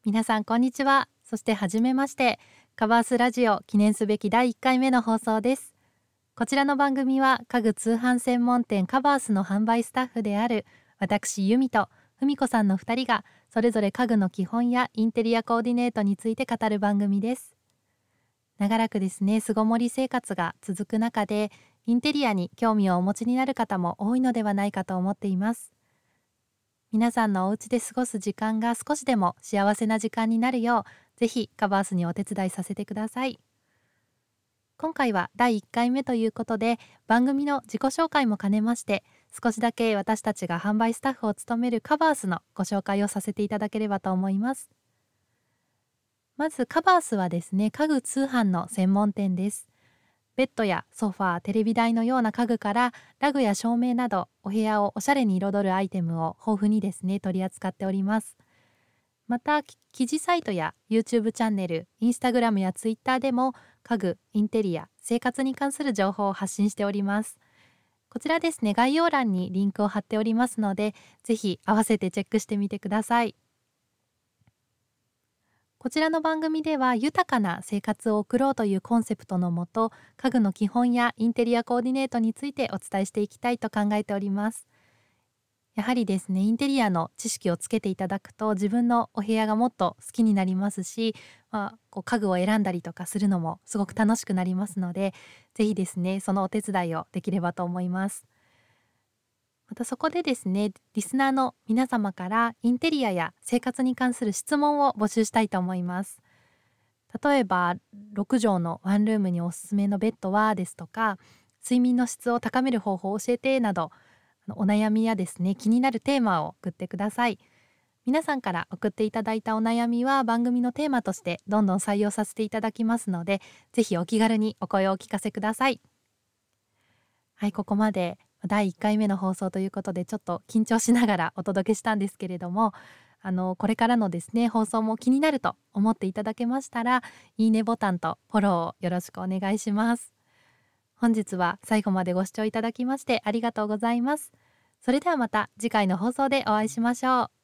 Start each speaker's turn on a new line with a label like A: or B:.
A: 皆さんこんにちは。そしてはじめまして。カバースラジオ記念すべき第1回目の放送です。こちらの番組は家具通販専門店カバースの販売スタッフである私由美と文子さんの2人がそれぞれ家具の基本やインテリアコーディネートについて語る番組です。長らくですね、巣ごもり生活が続く中でインテリアに興味をお持ちになる方も多いのではないかと思っています。皆さんのお家で過ごす時間が少しでも幸せな時間になるよう、ぜひカバースにお手伝いさせてください。今回は第1回目ということで、番組の自己紹介も兼ねまして、少しだけ私たちが販売スタッフを務めるカバースのご紹介をさせていただければと思います。まずカバースはですね、家具通販の専門店です。ベッドやソファー、テレビ台のような家具からラグや照明などお部屋をおしゃれに彩るアイテムを豊富にですね取り扱っております。また記事サイトや YouTube チャンネル、Instagram や Twitter でも家具、インテリア、生活に関する情報を発信しております。こちらですね、概要欄にリンクを貼っておりますので、ぜひ合わせてチェックしてみてください。こちらの番組では豊かな生活を送ろうというコンセプトのもと、家具の基本やインテリアコーディネートについてお伝えしていきたいと考えております。やはりですね、インテリアの知識をつけていただくと自分のお部屋がもっと好きになりますし、家具を選んだりとかするのもすごく楽しくなりますので、ぜひですね、そのお手伝いをできればと思います。またそこでですね、リスナーの皆様からインテリアや生活に関する質問を募集したいと思います。例えば6畳のワンルームにおすすめのベッドはですとか、睡眠の質を高める方法を教えてなど、お悩みやですね、気になるテーマを送ってください。皆さんから送っていただいたお悩みは番組のテーマとしてどんどん採用させていただきますので、ぜひお気軽にお声をお聞かせください。はい、ここまで第1回目の放送ということでちょっと緊張しながらお届けしたんですけれども、これからのですね放送も気になると思っていただけましたら、いいねボタンとフォローをよろしくお願いします。本日は最後までご視聴いただきましてありがとうございます。それではまた次回の放送でお会いしましょう。